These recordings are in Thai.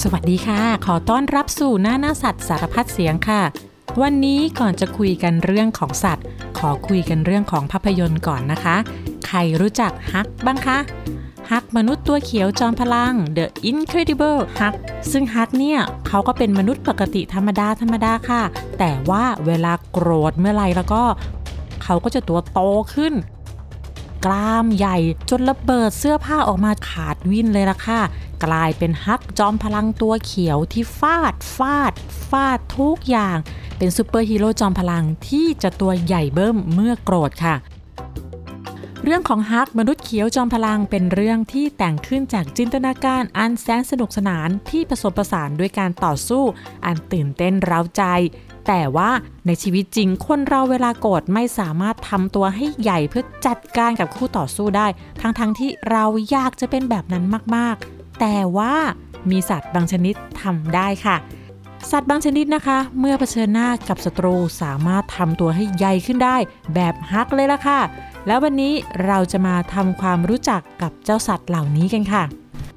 สวัสดีค่ะขอต้อนรับสู่หน้าสัตว์สารพัดเสียงค่ะวันนี้ก่อนจะคุยกันเรื่องของสัตว์ขอคุยกันเรื่องของภาพยนตร์ก่อนนะคะใครรู้จักฮักบ้างคะฮักมนุษย์ตัวเขียวจอมพลัง The Incredible Hulk ซึ่งฮักเนี่ยเขาก็เป็นมนุษย์ปกติธรรมดาค่ะแต่ว่าเวลาโกรธเมื่อไหร่แล้วก็เขาก็จะตัวโตขึ้นกล้ามใหญ่จนระเบิดเสื้อผ้าออกมาขาดวิ่นเลยล่ะค่ะกลายเป็นฮักจอมพลังตัวเขียวที่ฟาดทุกอย่างเป็นซูเปอร์ฮีโร่จอมพลังที่จะตัวใหญ่เบิ้มเมื่อโกรธค่ะเรื่องของฮักมนุษย์เขียวจอมพลังเป็นเรื่องที่แต่งขึ้นจากจินตนาการอันแสนสนุกสนานที่ผสมผสานด้วยการต่อสู้อันตื่นเต้นเร้าใจแต่ว่าในชีวิตจริงคนเราเวลาโกรธไม่สามารถทำตัวให้ใหญ่เพื่อจัดการกับคู่ต่อสู้ได้ทั้งที่เราอยากจะเป็นแบบนั้นมากๆแต่ว่ามีสัตว์บางชนิดทำได้ค่ะสัตว์บางชนิดนะคะเมื่อเผชิญหน้ากับศัตรูสามารถทำตัวให้ใหญ่ขึ้นได้แบบฮักเลยล่ะค่ะแล้ววันนี้เราจะมาทำความรู้จักกับเจ้าสัตว์เหล่านี้กันค่ะ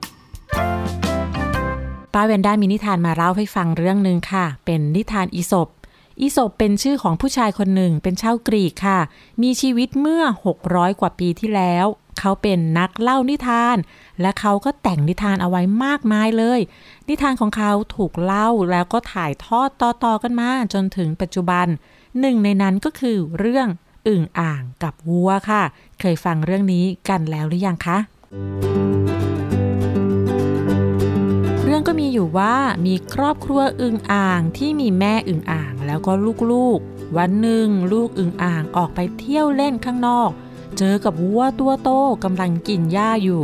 ป้าแวนด้ามีนิทานมาเล่าให้ฟังเรื่องนึงค่ะเป็นนิทานอีสปเป็นชื่อของผู้ชายคนหนึ่งเป็นชาวกรีกค่ะมีชีวิตเมื่อ600กว่าปีที่แล้วเขาเป็นนักเล่านิทานและเขาก็แต่งนิทานเอาไว้มากมายเลยนิทานของเขาถูกเล่าแล้วก็ถ่ายทอดต่อๆกันมาจนถึงปัจจุบันหนึ่งในนั้นก็คือเรื่องอึ่งอ่างกับวัวค่ะเคยฟังเรื่องนี้กันแล้วหรือยังคะเรื่องก็มีอยู่ว่ามีครอบครัวอึ่งอ่างที่มีแม่อึ่งอ่างแล้วก็ลูกๆวันหนึ่งลูกอึ่งอ่างออกไปเที่ยวเล่นข้างนอกเจอกับวัวตัวโตกำลังกินหญ้าอยู่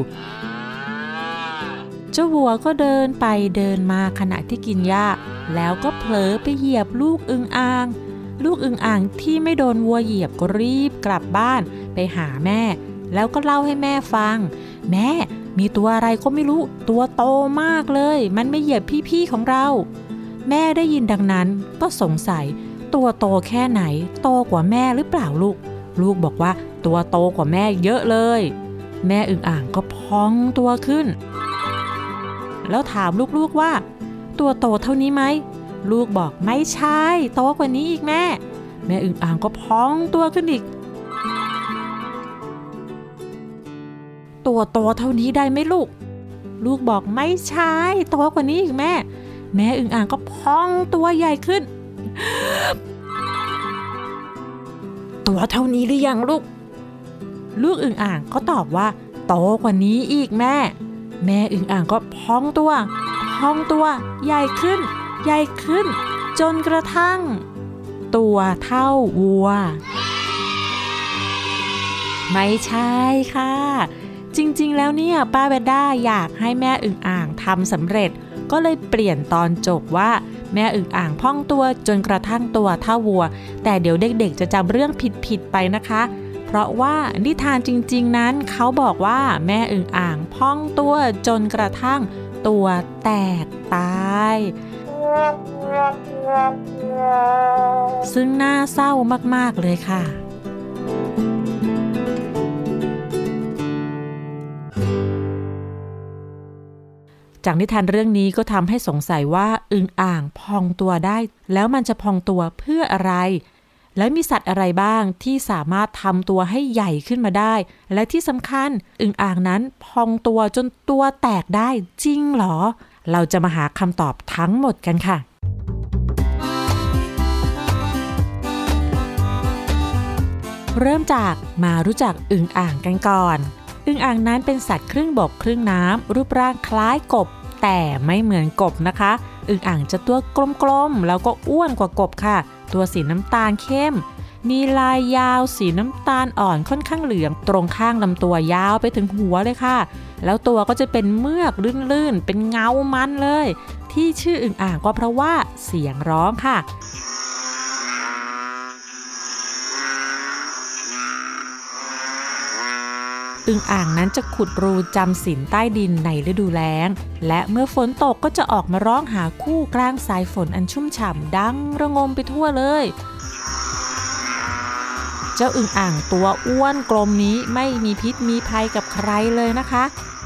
เจ้าวัวก็เดินไปเดินมาขณะที่กินหญ้าแล้วก็เผลอไปเหยียบลูกอึ่งอ่างที่ไม่โดนวัวเหยียบก็รีบกลับบ้านไปหาแม่แล้วก็เล่าให้แม่ฟังแม่มีตัวอะไรก็ไม่รู้ตัวโตมากเลยมันไม่เหยียบพี่ๆของเราแม่ได้ยินดังนั้นก็สงสัยตัวโตแค่ไหนโตกว่าแม่หรือเปล่าลูกบอกว่าตัวโตกว่าแม่เยอะเลยแม่อึ่งอ่างก็พองตัวขึ้นแล้วถามลูกๆว่าตัวโตเท่านี้ไหมลูกบอกไม่ใช่โตกว่านี้อีกแม่อึ่งอ่างก็พองตัวขึ้นอีกตัวโตเท่านี้ได้ไหมลูกบอกไม่ใช่โตกว่านี้อีกแม่อึ่งอ่างก็พองตัวใหญ่ขึ้นตัวเท่านี้หรือยังลูกอึ่งอ่างก็ตอบว่าโตกว่านี้อีกแม่อึ่งอ่างก็พองตัวใหญ่ขึ้นจนกระทั่งตัวเท่าวัวไม่ใช่ค่ะจริงๆแล้วเนี่ยป้าแวนด้าอยากให้แม่อึ่งอ่างทำสำเร็จก็เลยเปลี่ยนตอนจบว่าแม่อึ่งอ่างพองตัวจนกระทั่งตัวเท่าวัวแต่เดี๋ยวเด็กๆจะจำเรื่องผิดไปนะคะเพราะว่านิทานจริงๆนั้นเขาบอกว่าแม่อึ่งอ่างพองตัวจนกระทั่งตัวแตกตายซึ่งน่าเศร้ามากๆเลยค่ะจากนิทานเรื่องนี้ก็ทำให้สงสัยว่าอึ่งอ่างพองตัวได้แล้วมันจะพองตัวเพื่ออะไรและมีสัตว์อะไรบ้างที่สามารถทำตัวให้ใหญ่ขึ้นมาได้และที่สำคัญอึ่งอ่างนั้นพองตัวจนตัวแตกได้จริงเหรอเราจะมาหาคำตอบทั้งหมดกันค่ะเริ่มจากมารู้จักอึ่งอ่างกันก่อนอึ่งอ่างนั้นเป็นสัตว์ครึ่งบกครึ่งน้ำรูปร่างคล้ายกบแต่ไม่เหมือนกบนะคะอึ่งอ่างจะตัวกลมๆแล้วก็อ้วนกว่ากบค่ะตัวสีน้ำตาลเข้มมีลายยาวสีน้ำตาลอ่อนค่อนข้างเหลืองตรงข้างลำตัวยาวไปถึงหัวเลยค่ะแล้วตัวก็จะเป็นเมือกลื่นๆเป็นเงามันเลยที่ชื่ออึ่งอ่างก็เพราะว่าเสียงร้องค่ะอึ่งอ่างนั้นจะขุดรูจำศีลใต้ดินในฤดูแล้งและเมื่อฝนตกก็จะออกมาร้องหาคู่กลางสายฝนอันชุ่มฉ่ำดังระงมไปทั่วเลยเจ้าอึ่งอ่างตัวอ้วนกลมนี้ไม่มีพิษมีภัยกับใครเลยนะคะ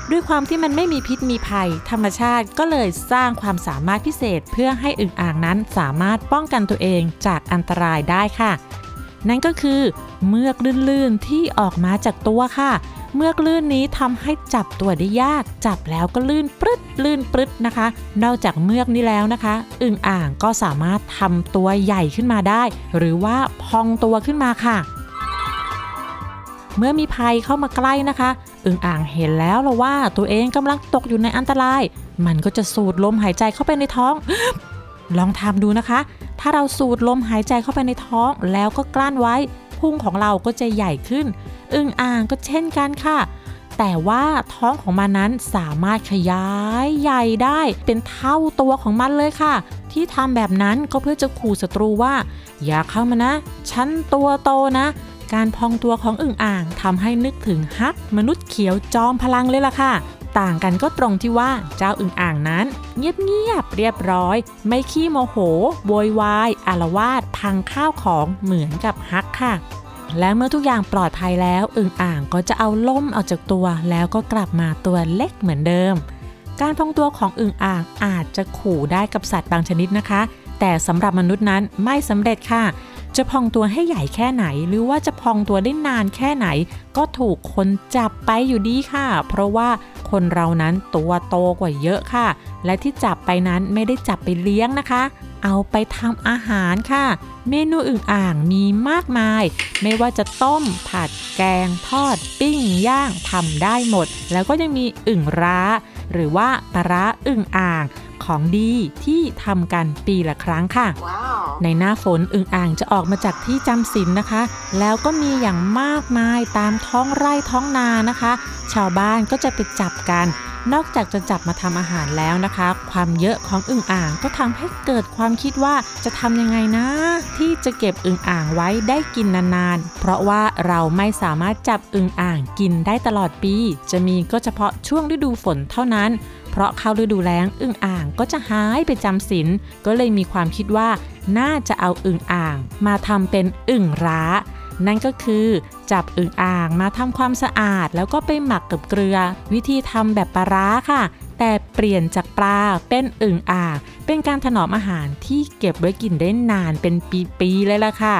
ด้วยความที่มันไม่มีพิษมีภัยธรรมชาติก็เลยสร้างความสามารถพิเศษเพื่อให้อึ่งอ่างนั้นสามารถป้องกันตัวเองจากอันตรายได้ค่ะนั่นก็คือเมือกลื่นๆที่ออกมาจากตัวค่ะเมือกลื่นนี้ทำให้จับตัวได้ยากจับแล้วก็ลื่นปรึ๊ดนะคะนอกจากเมือกนี้แล้วนะคะอึ่งอ่างก็สามารถทำตัวใหญ่ขึ้นมาได้หรือว่าพองตัวขึ้นมาค่ะเมื่อมีภัยเข้ามาใกล้นะคะอึ่งอ่างเห็นแล้วล่ะว่าตัวเองกำลังตกอยู่ในอันตรายมันก็จะสูดลมหายใจเข้าไปในท้อง ลองทำดูนะคะถ้าเราสูดลมหายใจเข้าไปในท้องแล้วก็กลั้นไว้พุงของเราก็จะใหญ่ขึ้นอึ่งอ่างก็เช่นกันค่ะแต่ว่าท้องของมันนั้นสามารถขยายใหญ่ได้เป็นเท่าตัวของมันเลยค่ะที่ทำแบบนั้นก็เพื่อจะขู่ศัตรูว่าอย่าเข้ามานะฉันตัวโตนะการพองตัวของอึ่งอ่างทำให้นึกถึงฮักมนุษย์เขียวจอมพลังเลยล่ะค่ะต่างกันก็ตรงที่ว่าเจ้าอึ่งอ่างนั้นเงียบเรียบร้อยไม่ขี้โมโหโวยวายอาละวาดพังข้าวของเหมือนกับฮักค่ะและเมื่อทุกอย่างปลอดภัยแล้วอึ่งอ่างก็จะเอาล่มออกจากตัวแล้วก็กลับมาตัวเล็กเหมือนเดิมการพองตัวของอึ่งอ่างอาจจะขู่ได้กับสัตว์บางชนิดนะคะแต่สำหรับมนุษย์นั้นไม่สำเร็จค่ะจะพองตัวให้ใหญ่แค่ไหนหรือว่าจะพองตัวได้นานแค่ไหนก็ถูกคนจับไปอยู่ดีค่ะเพราะว่าคนเรานั้นตัวโตกว่าเยอะค่ะและที่จับไปนั้นไม่ได้จับไปเลี้ยงนะคะเอาไปทำอาหารค่ะเมนูอึ่งอ่างมีมากมายไม่ว่าจะต้มผัดแกงทอดปิ้งย่างทำได้หมดแล้วก็ยังมีอึ่งร้าหรือว่าปลาร้าอึ่งอ่างของดีที่ทำกันปีละครั้งค่ะ wow. ในหน้าฝนอึ่งอ่างจะออกมาจากที่จำศีลนะคะแล้วก็มีอย่างมากมายตามท้องไร่ท้องนานะคะชาวบ้านก็จะไปจับกันนอกจากจะจับมาทำอาหารแล้วนะคะความเยอะของอึ่งอ่างก็ทำให้เกิดความคิดว่าจะทำยังไงนะที่จะเก็บอึ่งอ่างไว้ได้กินนานๆเพราะว่าเราไม่สามารถจับอึ่งอ่างกินได้ตลอดปีจะมีก็เฉพาะช่วงฤดูฝนเท่านั้นเพราะเข้าฤดูแล้งอึ่งอ่างก็จะหายไปจำศีลก็เลยมีความคิดว่าน่าจะเอาอึ่งอ่างมาทำเป็นอึ่งร้านั่นก็คือจับอึ่งอ่างมาทำความสะอาดแล้วก็ไปหมักกับเกลือวิธีทำแบบปลาร้าค่ะแต่เปลี่ยนจากปลาเป็นอึ่งอ่างเป็นการถนอมอาหารที่เก็บไว้กินได้นานเป็นปีๆเลยล่ะค่ะ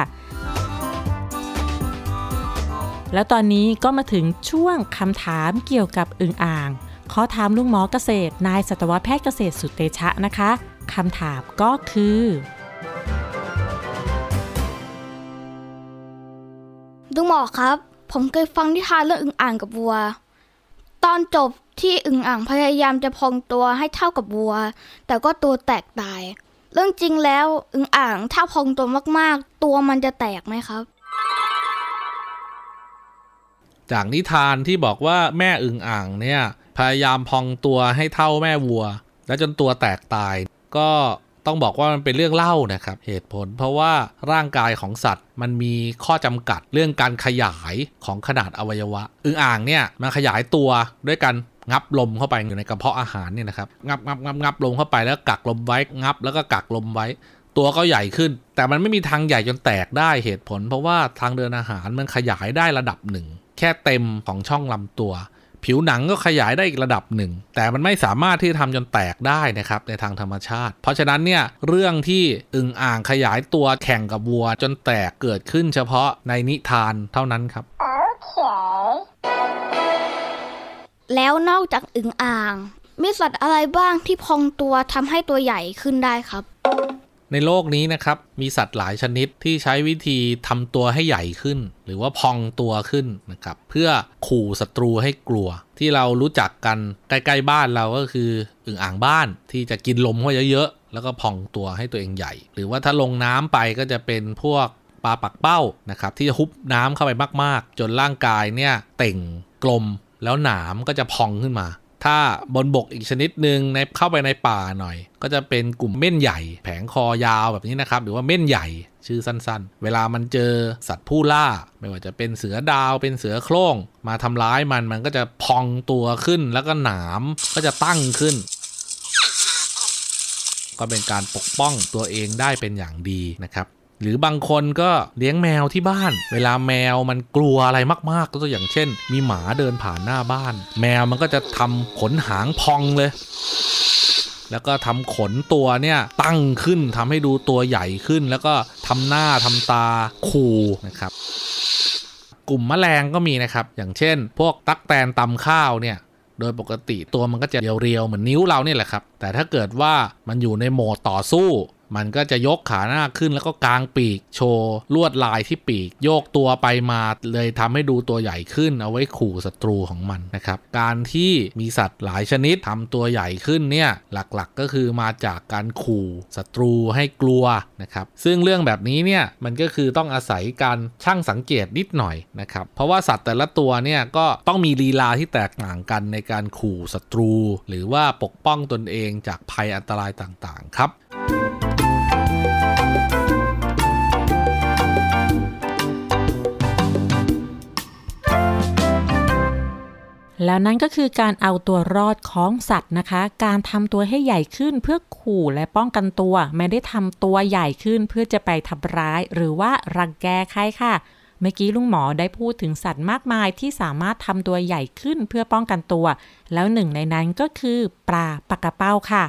แล้วตอนนี้ก็มาถึงช่วงคำถามเกี่ยวกับอึ่งอ่างขอถามลุงหมอเกษตรนายสัตวแพทย์เกษตรสุเตชะนะคะคำถามก็คือลุงหมอครับผมเคยฟังนิทานเรื่องอึ่งอ่างกับวัวตอนจบที่อึ่งอ่างพยายามจะพองตัวให้เท่ากับวัวแต่ก็ตัวแตกตายเรื่องจริงแล้วอึ่งอ่างถ้าพองตัวมากๆตัวมันจะแตกไหมครับจากนิทานที่บอกว่าแม่อึ่งอ่างเนี่ยพยายามพองตัวให้เท่าแม่วัวและจนตัวแตกตายก็ต้องบอกว่ามันเป็นเรื่องเล่านะครับเหตุผลเพราะว่าร่างกายของสัตว์มันมีข้อจำกัดเรื่องการขยายของขนาดอวัยวะอึ่งอ่างเนี่ยมันขยายตัวด้วยการงับลมเข้าไปอยู่ในกระเพาะอาหารเนี่ยนะครับงับลมเข้าไปแล้วกักลมไว้งับแล้วก็กักลมไว้ตัวก็ใหญ่ขึ้นแต่มันไม่มีทางใหญ่จนแตกได้เหตุผลเพราะว่าทางเดินอาหารมันขยายได้ระดับหนึ่งแค่เต็มของช่องลำตัวผิวหนังก็ขยายได้อีกระดับหนึ่งแต่มันไม่สามารถที่จะทำจนแตกได้นะครับในทางธรรมชาติเพราะฉะนั้นเนี่ยเรื่องที่อึ่งอ่างขยายตัวแข่งกับวัวจนแตกเกิดขึ้นเฉพาะในนิทานเท่านั้นครับแล้วนอกจากอึ่งอ่างมีสัตว์อะไรบ้างที่พองตัวทำให้ตัวใหญ่ขึ้นได้ครับในโลกนี้นะครับมีสัตว์หลายชนิดที่ใช้วิธีทำตัวให้ใหญ่ขึ้นหรือว่าพองตัวขึ้นนะครับเพื่อขู่ศัตรูให้กลัวที่เรารู้จักกันใกล้ๆบ้านเราก็คืออึ่งอ่างบ้านที่จะกินลมเข้าเยอะๆแล้วก็พองตัวให้ตัวเองใหญ่หรือว่าถ้าลงน้ำไปก็จะเป็นพวกปลาปักเป้านะครับที่จะฮุบน้ำเข้าไปมากๆจนร่างกายเนี่ยเต่งกลมแล้วหนามก็จะพองขึ้นมาถ้าบนบกอีกชนิดหนึ่งเข้าไปในป่าหน่อยก็จะเป็นกลุ่มเม่นใหญ่แผงคอยาวแบบนี้นะครับหรือว่าเม่นใหญ่ชื่อสั้นๆเวลามันเจอสัตว์ผู้ล่าไม่ว่าจะเป็นเสือดาวเป็นเสือโคร่งมาทำร้ายมันก็จะพองตัวขึ้นแล้วก็หนามก็จะตั้งขึ้นก็เป็นการปกป้องตัวเองได้เป็นอย่างดีนะครับหรือบางคนก็เลี้ยงแมวที่บ้านเวลาแมวมันกลัวอะไรมากๆตัวอย่างเช่นมีหมาเดินผ่านหน้าบ้านแมวมันก็จะทำขนหางพองเลยแล้วก็ทำขนตัวเนี่ยตั้งขึ้นทำให้ดูตัวใหญ่ขึ้นแล้วก็ทำหน้าทำตาขู่นะครับกลุ่มแมลงก็มีนะครับอย่างเช่นพวกตั๊กแตนตำข้าวเนี่ยโดยปกติตัวมันก็จะเรียวๆเหมือนนิ้วเราเนี่ยแหละครับแต่ถ้าเกิดว่ามันอยู่ในโหมดต่อสู้มันก็จะยกขาหน้าขึ้นแล้วก็กางปีกโชว์ลวดลายที่ปีกโยกตัวไปมาเลยทำให้ดูตัวใหญ่ขึ้นเอาไว้ขู่ศัตรูของมันนะครับการที่มีสัตว์หลายชนิดทำตัวใหญ่ขึ้นเนี่ยหลักๆก็คือมาจากการขู่ศัตรูให้กลัวนะครับซึ่งเรื่องแบบนี้เนี่ยมันก็คือต้องอาศัยการชั่งสังเกตนิดหน่อยนะครับเพราะว่าสัตว์แต่ละตัวเนี่ยก็ต้องมีลีลาที่แตกต่างกันในการขู่ศัตรูหรือว่าปกป้องตนเองจากภัยอันตรายต่างๆครับแล้วนั่นก็คือการเอาตัวรอดของสัตว์นะคะการทำตัวให้ใหญ่ขึ้นเพื่อขู่และป้องกันตัวไม่ได้ทำตัวใหญ่ขึ้นเพื่อจะไปทำร้ายหรือว่ารังแกใครค่ะเมื่อกี้ลุงหมอได้พูดถึงสัตว์มากมายที่สามารถทำตัวใหญ่ขึ้นเพื่อป้องกันตัวแล้วหนึ่งในนั้นก็คือปลาปากกระเป้าค่ะ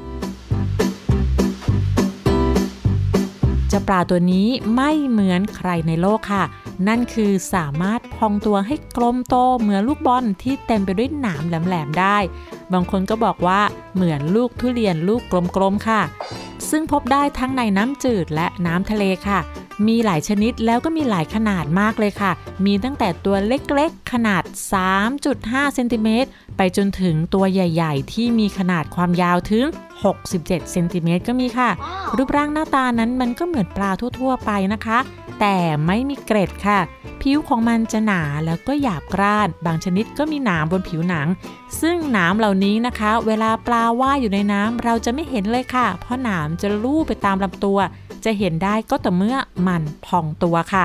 เจ้าปลาตัวนี้ไม่เหมือนใครในโลกค่ะนั่นคือสามารถพองตัวให้กลมโตเหมือนลูกบอลที่เต็มไปด้วยหนามแหลมๆได้บางคนก็บอกว่าเหมือนลูกทุเรียนลูกกลมๆค่ะซึ่งพบได้ทั้งในน้ำจืดและน้ำทะเลค่ะมีหลายชนิดแล้วก็มีหลายขนาดมากเลยค่ะมีตั้งแต่ตัวเล็กๆขนาด 3.5 เซนติเมตรไปจนถึงตัวใหญ่ๆที่มีขนาดความยาวถึง67 เซนติเมตรก็มีค่ะรูปร่างหน้าตานั้นมันก็เหมือนปลาทั่วๆไปนะคะแต่ไม่มีเกล็ดค่ะผิวของมันจะหนาแล้วก็หยาบกร้านบางชนิดก็มีหนามบนผิวหนังซึ่งหนามเหล่านี้นะคะเวลาปลาว่ายอยู่ในน้ำเราจะไม่เห็นเลยค่ะเพราะหนามจะลูบไปตามลำตัวจะเห็นได้ก็ต่อเมื่อมันพองตัวค่ะ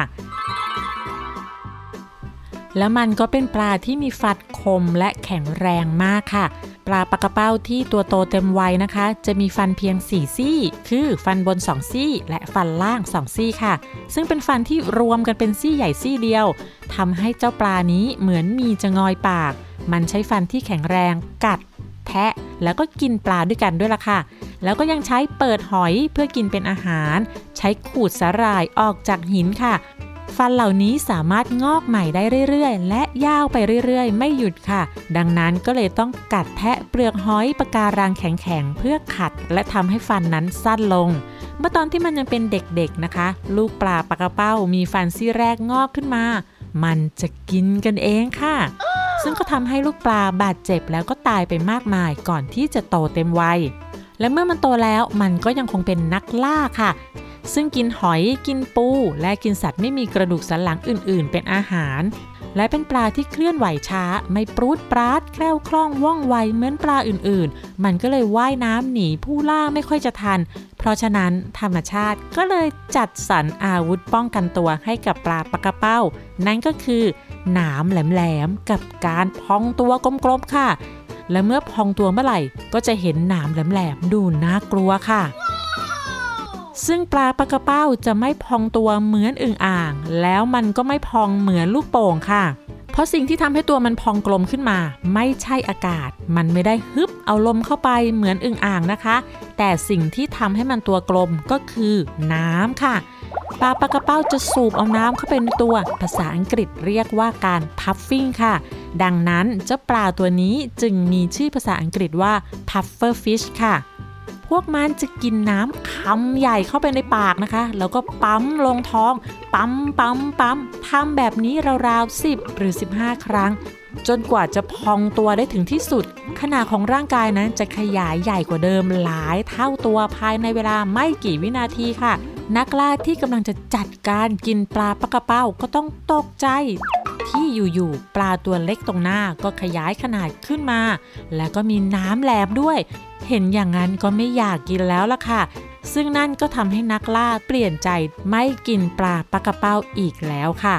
แล้วมันก็เป็นปลาที่มีฟันคมและแข็งแรงมากค่ะปลาปากกระเป้าที่ตัวโตเต็มวัยนะคะจะมีฟันเพียง4ซี่คือฟันบน2ซี่และฟันล่าง2ซี่ค่ะซึ่งเป็นฟันที่รวมกันเป็นซี่ใหญ่ซี่เดียวทำให้เจ้าปลานี้เหมือนมีจะงอยปากมันใช้ฟันที่แข็งแรงกัดแทะแล้วก็กินปลาด้วยกันด้วยล่ะค่ะแล้วก็ยังใช้เปิดหอยเพื่อกินเป็นอาหารใช้ขูดสาหร่ายออกจากหินค่ะฟันเหล่านี้สามารถงอกใหม่ได้เรื่อยๆและยาวไปเรื่อยๆไม่หยุดค่ะดังนั้นก็เลยต้องกัดแทะเปลือกหอยปะการังแข็งๆเพื่อขัดและทำให้ฟันนั้นสั้นลงเมื่อตอนที่มันยังเป็นเด็กๆนะคะลูกปลาปากกระเป้ามีฟันซี่แรกงอกขึ้นมามันจะกินกันเองค่ะซึ่งก็ทำให้ลูกปลาบาดเจ็บแล้วก็ตายไปมากมายก่อนที่จะโตเต็มวัยและเมื่อมันโตแล้วมันก็ยังคงเป็นนักล่าค่ะซึ่งกินหอยกินปูและกินสัตว์ไม่มีกระดูกสันหลังอื่นๆเป็นอาหารและเป็นปลาที่เคลื่อนไหวช้าไม่ปรูดปราดแคล่วคล่องว่องไวเหมือนปลาอื่นๆมันก็เลยว่ายน้ำหนีผู้ล่าไม่ค่อยจะทันเพราะฉะนั้นธรรมชาติก็เลยจัดสรรอาวุธป้องกันตัวให้กับปลาปากกระเป้านั่นก็คือหนามแหลมๆกับการพองตัวกลมๆค่ะและเมื่อพองตัวเมื่อไหร่ก็จะเห็นหนามแหลมๆดูน่ากลัวค่ะซึ่งปลาปากกระเป้าจะไม่พองตัวเหมือนอึ่งอ่างแล้วมันก็ไม่พองเหมือนลูกโป่งค่ะเพราะสิ่งที่ทำให้ตัวมันพองกลมขึ้นมาไม่ใช่อากาศมันไม่ได้ฮึบเอาลมเข้าไปเหมือนอึ่งอ่างนะคะแต่สิ่งที่ทำให้มันตัวกลมก็คือน้ำค่ะปลาปากกระเป้าจะสูบเอาน้ำเข้าไปในตัวภาษาอังกฤษเรียกว่าการพัฟฟิ้งค่ะดังนั้นเจ้าปลาตัวนี้จึงมีชื่อภาษาอังกฤษว่า pufferfish ค่ะพวกมันจะกินน้ำคำใหญ่เข้าไปในปากนะคะแล้วก็ปั๊มลงท้องปั๊มทำแบบนี้ราวๆ10 หรือ 15 ครั้งจนกว่าจะพองตัวได้ถึงที่สุดขนาดของร่างกายนั้นจะขยายใหญ่กว่าเดิมหลายเท่าตัวภายในเวลาไม่กี่วินาทีค่ะนักล่าที่กำลังจะจัดการกินปลาปากกระเป้าก็ต้องตกใจที่อยู่ๆปลาตัวเล็กตรงหน้าก็ขยายขนาดขึ้นมาแล้วก็มีน้ำแหลมด้วยเห็นอย่างนั้นก็ไม่อยากกินแล้วล่ะค่ะซึ่งนั่นก็ทำให้นักล่าเปลี่ยนใจไม่กินปลาปากกระเป้าอีกแล้วค่ะ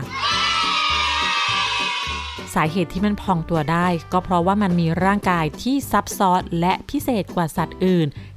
สาเหตุที่มันพองตัวได้ก็เพราะว่ามันมีร่างกายที่ซับซ้อนและพิเศษกว่าสัตว์อื่น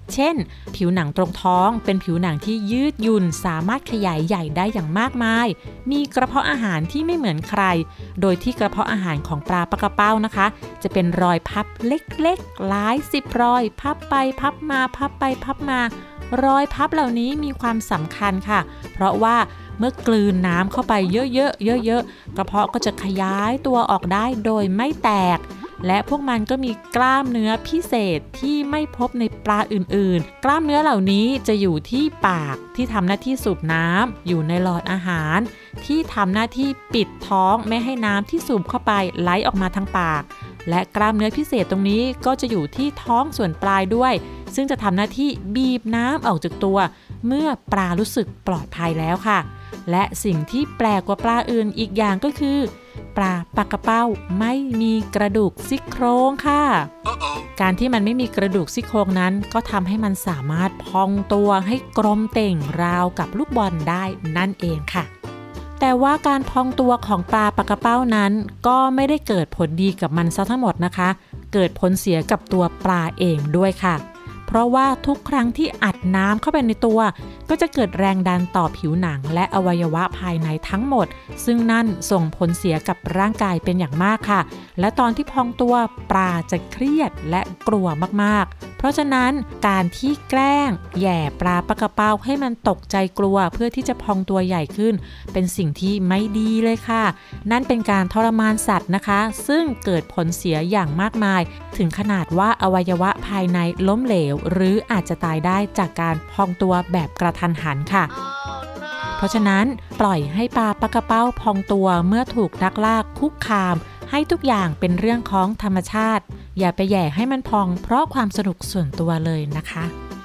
เช่นผิวหนังตรงท้องเป็นผิวหนังที่ยืดหยุ่นสามารถขยายใหญ่ได้อย่างมากมายมีกระเพาะอาหารที่ไม่เหมือนใครโดยที่กระเพาะอาหารของปลาปากระเป้านะคะจะเป็นรอยพับเล็กๆหลาย10รอยพับไปพับมาพับไปพับมารอยพับเหล่านี้มีความสำคัญค่ะเพราะว่าเมื่อกลืนน้ำเข้าไปเยอะๆกระเพาะก็จะขยายตัวออกได้โดยไม่แตกและพวกมันก็มีกล้ามเนื้อพิเศษที่ไม่พบในปลาอื่นๆกล้ามเนื้อเหล่านี้จะอยู่ที่ปากที่ทำหน้าที่สูบน้ำอยู่ในหลอดอาหารที่ทำหน้าที่ปิดท้องไม่ให้น้ำที่สูบเข้าไปไหลออกมาทางปากและกล้ามเนื้อพิเศษตรงนี้ก็จะอยู่ที่ท้องส่วนปลายด้วยซึ่งจะทำหน้าที่บีบน้ำออกจากตัวเมื่อปลารู้สึกปลอดภัยแล้วค่ะและสิ่งที่แปลกกว่าปลาอื่นอีกอย่างก็คือปลาปากระเป้าไม่มีกระดูกซี่โครงค่ะการที่มันไม่มีกระดูกซี่โครงนั้นก็ทำให้มันสามารถพองตัวให้กลมเต่งราวกับลูกบอลได้นั่นเองค่ะแต่ว่าการพองตัวของปลาปากระเป้านั้นก็ไม่ได้เกิดผลดีกับมันซะทั้งหมดนะคะเกิดผลเสียกับตัวปลาเองด้วยค่ะเพราะว่าทุกครั้งที่อัดน้ำเข้าไปในตัวก็จะเกิดแรงดันต่อผิวหนังและอวัยวะภายในทั้งหมดซึ่งนั่นส่งผลเสียกับร่างกายเป็นอย่างมากค่ะและตอนที่พองตัวปลาจะเครียดและกลัวมากๆเพราะฉะนั้นการที่แกล้งแย่ปลาปากระเป้าให้มันตกใจกลัวเพื่อที่จะพองตัวใหญ่ขึ้นเป็นสิ่งที่ไม่ดีเลยค่ะนั่นเป็นการทรมานสัตว์นะคะซึ่งเกิดผลเสียอย่างมากมายถึงขนาดว่าอวัยวะภายในล้มเหลวหรืออาจจะตายได้จากการพองตัวแบบกระทันหันค่ะ เพราะฉะนั้นปล่อยให้ปลาปากระเป้าพองตัวเมื่อถูกนักล่าคุกคามให้ทุกอย่างเป็นเรื่องของธรรมชาติอย่าไปแย่ให้มันพองเพราะความสนุกส่วนตัวเลยนะคะ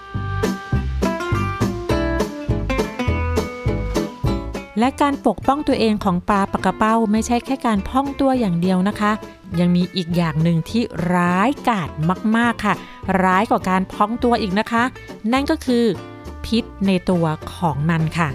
และการปกป้องตัวเองของปลาปากระเป้าไม่ใช่แค่การพองตัวอย่างเดียวนะคะยังมีอีกอย่างหนึ่งที่ร้ายกาจมากๆค่ะร้ายกว่าการพองตัวอีกนะคะนั่นก็คือพิษในตัวของมันค่ะ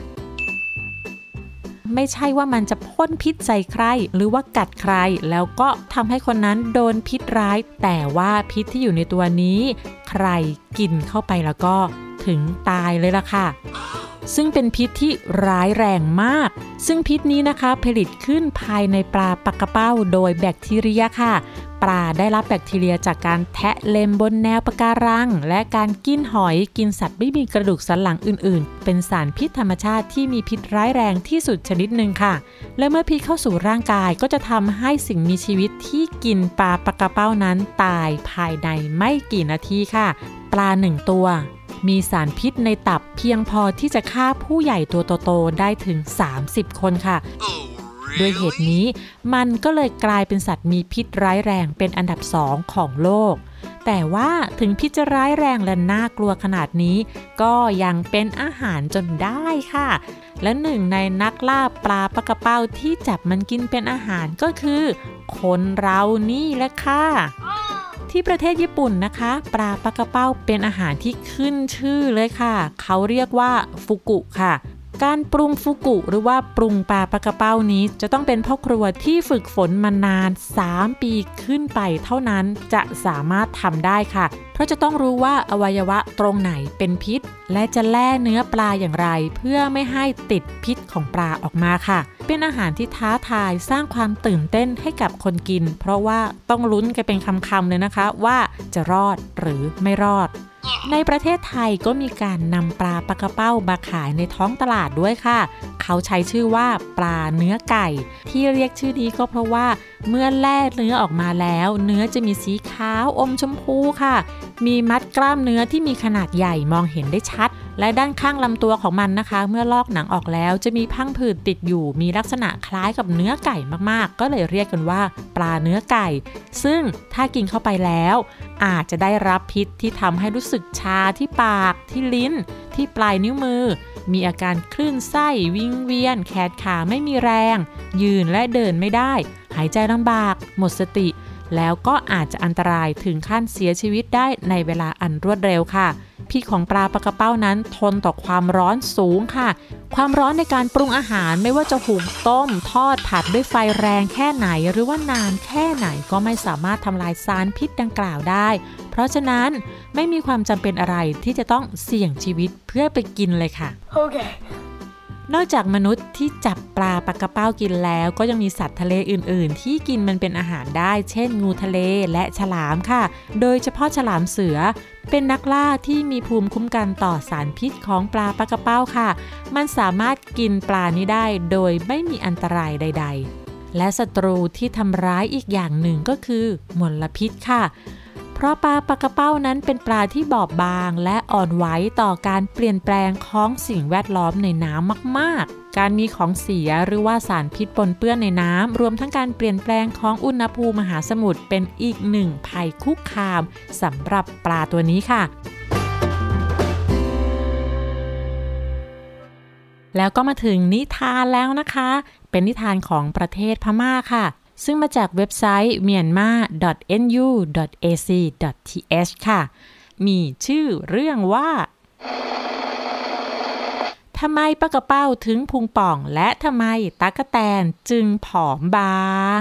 ไม่ใช่ว่ามันจะพ่นพิษใส่ใครหรือว่ากัดใครแล้วก็ทำให้คนนั้นโดนพิษร้ายแต่ว่าพิษที่อยู่ในตัวนี้ใครกินเข้าไปแล้วก็ถึงตายเลยล่ะค่ะซึ่งเป็นพิษที่ร้ายแรงมากซึ่งพิษนี้นะคะผลิตขึ้นภายในปลาปากระเป้าโดยแบคทีเรียค่ะปลาได้รับแบคทีเรียจากการแทะเล็มบนแนวปะการังและการกินหอยกินสัตว์ไม่มีกระดูกสันหลังอื่นๆเป็นสารพิษธรรมชาติที่มีพิษร้ายแรงที่สุดชนิดหนึ่งค่ะและเมื่อพิษเข้าสู่ร่างกายก็จะทำให้สิ่งมีชีวิตที่กินปลาปากระเป้านั้นตายภายในไม่กี่นาทีค่ะปลา1ตัวมีสารพิษในตับเพียงพอที่จะฆ่าผู้ใหญ่ตัวโตๆได้ถึง30คนค่ะด้วยเหตุนี้มันก็เลยกลายเป็นสัตว์มีพิษร้ายแรงเป็นอันดับ2ของโลกแต่ว่าถึงพิษจะร้ายแรงและน่ากลัวขนาดนี้ก็ยังเป็นอาหารจนได้ค่ะและหนึ่งในนักล่าปลาปากระเป้าที่จับมันกินเป็นอาหารก็คือคนเรานี่แหละค่ะที่ประเทศญี่ปุ่นนะคะปลาปากระเป้าเป็นอาหารที่ขึ้นชื่อเลยค่ะเขาเรียกว่าฟุกุค่ะการปรุงฟุกุหรือว่าปรุงปลาปากระเป้านี้จะต้องเป็นพ่อครัวที่ฝึกฝนมานาน3 ปีขึ้นไปเท่านั้นจะสามารถทำได้ค่ะเพราะจะต้องรู้ว่าอวัยวะตรงไหนเป็นพิษและจะแล่เนื้อปลาอย่างไรเพื่อไม่ให้ติดพิษของปลาออกมาค่ะเป็นอาหารที่ท้าทายสร้างความตื่นเต้นให้กับคนกินเพราะว่าต้องลุ้นกันเป็นคำๆเลยนะคะว่าจะรอดหรือไม่รอดในประเทศไทยก็มีการนำปลาปากระเป้ามาขายในท้องตลาดด้วยค่ะเขาใช้ชื่อว่าปลาเนื้อไก่ที่เรียกชื่อนี้ก็เพราะว่าเมื่อแล่เนื้อออกมาแล้วเนื้อจะมีสีขาวอมชมพูค่ะมีมัดกล้ามเนื้อที่มีขนาดใหญ่มองเห็นได้ชัดและด้านข้างลำตัวของมันนะคะเมื่อลอกหนังออกแล้วจะมีพังผืดติดอยู่มีลักษณะคล้ายกับเนื้อไก่มากๆก็เลยเรียกกันว่าปลาเนื้อไก่ซึ่งถ้ากินเข้าไปแล้วอาจจะได้รับพิษที่ทำให้รู้สึกชาที่ปากที่ลิ้นที่ปลายนิ้วมือมีอาการคลื่นไส้วิงเวียนแขนขาไม่มีแรงยืนและเดินไม่ได้หายใจลำบากหมดสติแล้วก็อาจจะอันตรายถึงขั้นเสียชีวิตได้ในเวลาอันรวดเร็วค่ะพิษของปลาปากระเป้านั้นทนต่อความร้อนสูงค่ะความร้อนในการปรุงอาหารไม่ว่าจะหุงต้มทอดผัดด้วยไฟแรงแค่ไหนหรือว่านานแค่ไหนก็ไม่สามารถทำลายสารพิษดังกล่าวได้เพราะฉะนั้นไม่มีความจำเป็นอะไรที่จะต้องเสี่ยงชีวิตเพื่อไปกินเลยค่ะ Okay. นอกจากมนุษย์ที่จับปลาปลากระเป้ากินแล้วก็ยังมีสัตว์ทะเลอื่นๆที่กินมันเป็นอาหารได้เช่นงูทะเลและฉลามค่ะโดยเฉพาะฉลามเสือเป็นนักล่าที่มีภูมิคุ้มกันต่อสารพิษของปลาปลากระเป้าค่ะมันสามารถกินปลานี้ได้โดยไม่มีอันตรายใดๆและศัตรูที่ทำร้ายอีกอย่างหนึ่งก็คือมลพิษค่ะเพราะปลาปลากระเป้านั้นเป็นปลาที่บอบบางและอ่อนไหวต่อการเปลี่ยนแปลงของสิ่งแวดล้อมในน้ำมากๆการมีของเสียหรือว่าสารพิษปนเปื้อนในน้ำรวมทั้งการเปลี่ยนแปลงของอุณหภูมิมหาสมุทรเป็นอีกหนึ่งภัยคุกคามสำหรับปลาตัวนี้ค่ะแล้วก็มาถึงนิทานแล้วนะคะเป็นนิทานของประเทศพม่าค่ะซึ่งมาจากเว็บไซต์ myanmar.nu.ac.th ค่ะมีชื่อเรื่องว่าทำไมปลากระเป้าถึงพุงป่องและทำไมตั๊กแตนจึงผอมบาง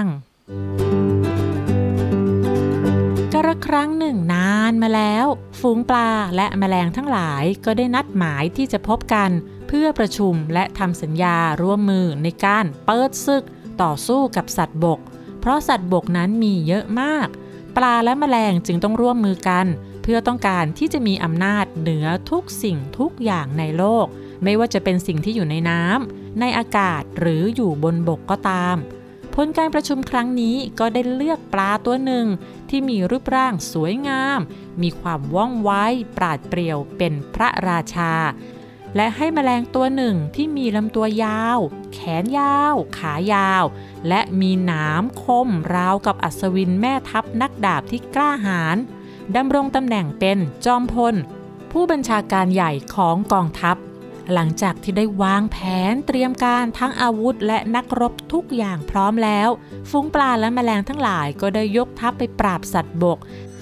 กระครั้งหนึ่งนานมาแล้วฝูงปลาและแมลงทั้งหลายก็ได้นัดหมายที่จะพบกันเพื่อประชุมและทำสัญญาร่วมมือในการเปิดศึกต่อสู้กับสัตว์บกเพราะสัตว์บกนั้นมีเยอะมากปลาและแมลงจึงต้องร่วมมือกันเพื่อต้องการที่จะมีอำนาจเหนือทุกสิ่งทุกอย่างในโลกไม่ว่าจะเป็นสิ่งที่อยู่ในน้ำในอากาศหรืออยู่บนบกก็ตามผลการประชุมครั้งนี้ก็ได้เลือกปลาตัวหนึ่งที่มีรูปร่างสวยงามมีความว่องไวปราดเปรียวเป็นพระราชาและให้แมลงตัวหนึ่งที่มีลำตัวยาวแขนยาวขายาวและมีหนามคมราวกับอัศวินแม่ทัพนักดาบที่กล้าหาญดำรงตำแหน่งเป็นจอมพลผู้บัญชาการใหญ่ของกองทัพหลังจากที่ได้วางแผนเตรียมการทั้งอาวุธและนักรบทุกอย่างพร้อมแล้วฝูงปลาและแมลงทั้งหลายก็ได้ยกทัพไปปราบสัตว์บก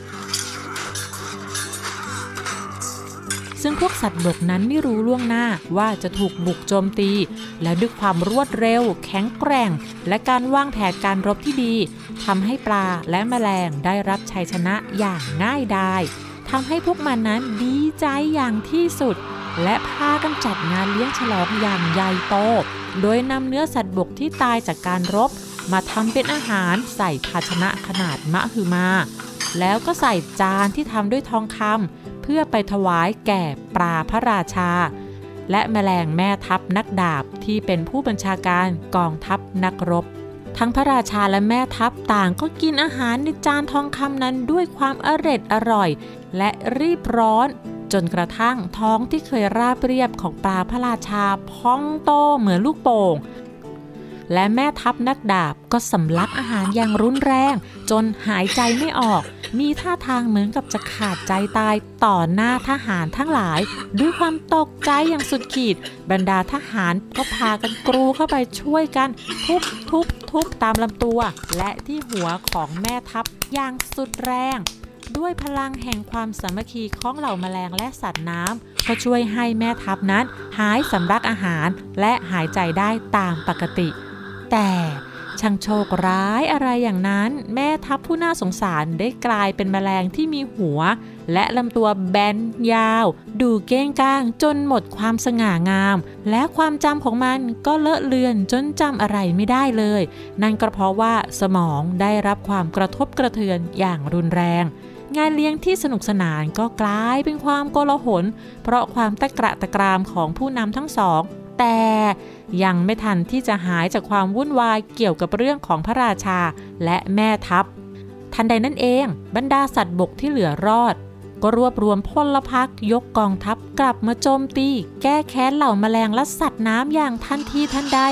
ซึ่งพวกสัตว์บกนั้นไม่รู้ล่วงหน้าว่าจะถูกบุกโจมตีและด้วยความรวดเร็วแข็งแกร่งและการวางแผนการรบที่ดีทำให้ปลาและแมลงได้รับชัยชนะอย่างง่ายดายทำให้พวกมันนั้นดีใจอย่างที่สุดและพากันจัดงานเลี้ยงฉลองอย่างใหญ่โตโดยนำเนื้อสัตว์บกที่ตายจากการรบมาทำเป็นอาหารใส่ภาชนะขนาดมหึมาแล้วก็ใส่จานที่ทำด้วยทองคำเพื่อไปถวายแก่ปลาพระราชาและแมลงแม่ทัพนักดาบที่เป็นผู้บัญชาการกองทัพนักรบทั้งพระราชาและแม่ทัพต่างก็กินอาหารในจานทองคำนั้นด้วยความอร่อยและรีบร้อนจนกระทั่งท้องที่เคยราบเรียบของปลาพระราชาพองโตเหมือนลูกโป่งและแม่ทัพนักดาบก็สำลักอาหารอย่างรุนแรงจนหายใจไม่ออกมีท่าทางเหมือนกับจะขาดใจตายต่อหน้าทหารทั้งหลายด้วยความตกใจอย่างสุดขีดบรรดาทหารก็พากันกรูเข้าไปช่วยกันทุบตามลำตัวและที่หัวของแม่ทัพอย่างสุดแรงด้วยพลังแห่งความสามัคคีของเหล่าแมลงและสัตว์น้ำก็ช่วยให้แม่ทัพนั้นหายสำลักอาหารและหายใจได้ตามปกติแต่ช่างโชคร้ายอะไรอย่างนั้นแม่ทัพผู้น่าสงสารได้กลายเป็นแมลงที่มีหัวและลำตัวแบนยาวดูเก้งก้างจนหมดความสง่างามและความจำของมันก็เลอะเลือนจนจำอะไรไม่ได้เลยนั่นก็เพราะว่าสมองได้รับความกระทบกระเทือนอย่างรุนแรงงานเลี้ยงที่สนุกสนานก็กลายเป็นความโกลาหลเพราะความตะกระตะกรามของผู้นำทั้งสองแต่ยังไม่ทันที่จะหายจากความวุ่นวายเกี่ยวกับเรื่องของพระราชาและแม่ทัพทันใดนั้นเองบรรดาสัตว์บกที่เหลือรอดก็รวบรวมพลพรรคยกกองทัพกลับมาโจมตีแก้แค้นเหล่าแมลงและสัตว์น้ำอย่างทันทีทันใด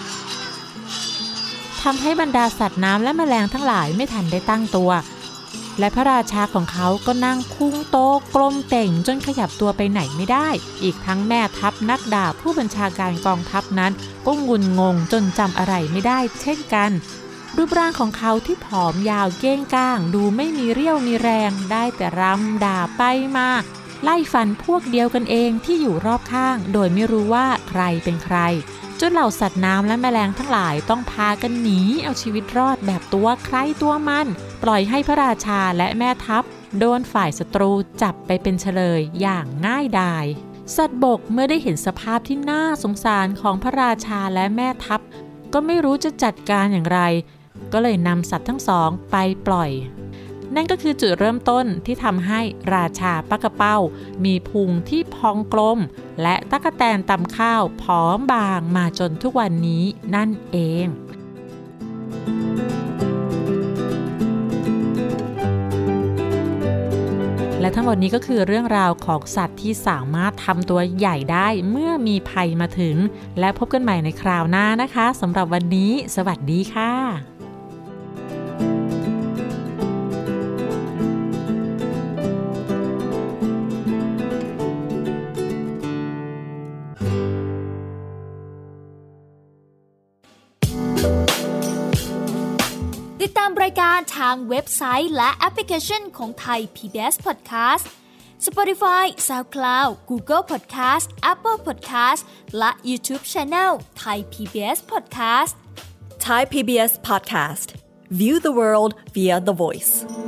ทำให้บรรดาสัตว์น้ำและแมลงทั้งหลายไม่ทันได้ตั้งตัวและพระราชาของเขาก็นั่งคุ้งโตกลมเต่งจนขยับตัวไปไหนไม่ได้อีกทั้งแม่ทัพนักดาบผู้บัญชาการกองทัพนั้นก็งุนงงจนจำอะไรไม่ได้เช่นกันรูปร่างของเขาที่ผอมยาวเก้งก้างดูไม่มีเรี่ยวมีแรงได้แต่รำด่าไปมาไล่ฟันพวกเดียวกันเองที่อยู่รอบข้างโดยไม่รู้ว่าใครเป็นใครจนเหล่าสัตว์น้ำและแมลงทั้งหลายต้องพากันหนีเอาชีวิตรอดแบบตัวใครตัวมันปล่อยให้พระราชาและแม่ทัพโดนฝ่ายศัตรูจับไปเป็นเฉลยอย่างง่ายดายสัตว์บกเมื่อได้เห็นสภาพที่น่าสงสารของพระราชาและแม่ทัพก็ไม่รู้จะจัดการอย่างไรก็เลยนำสัตว์ทั้งสองไปปล่อยนั่นก็คือจุดเริ่มต้นที่ทำให้ราชาปักกระเป้ามีพุงที่พองกลมและตั๊กแตนตำข้าวผอมบางมาจนทุกวันนี้นั่นเองและทั้งหมดนี้ก็คือเรื่องราวของสัตว์ที่สามารถทำตัวใหญ่ได้เมื่อมีภัยมาถึงและพบกันใหม่ในคราวหน้านะคะสำหรับวันนี้สวัสดีค่ะติดตามรายการทางเว็บไซต์และแอปพลิเคชันของไทย PBS Podcast Spotify, SoundCloud, Google Podcast, Apple Podcast และ YouTube Channel Thai PBS Podcast Thai PBS Podcast. View the world via the voice.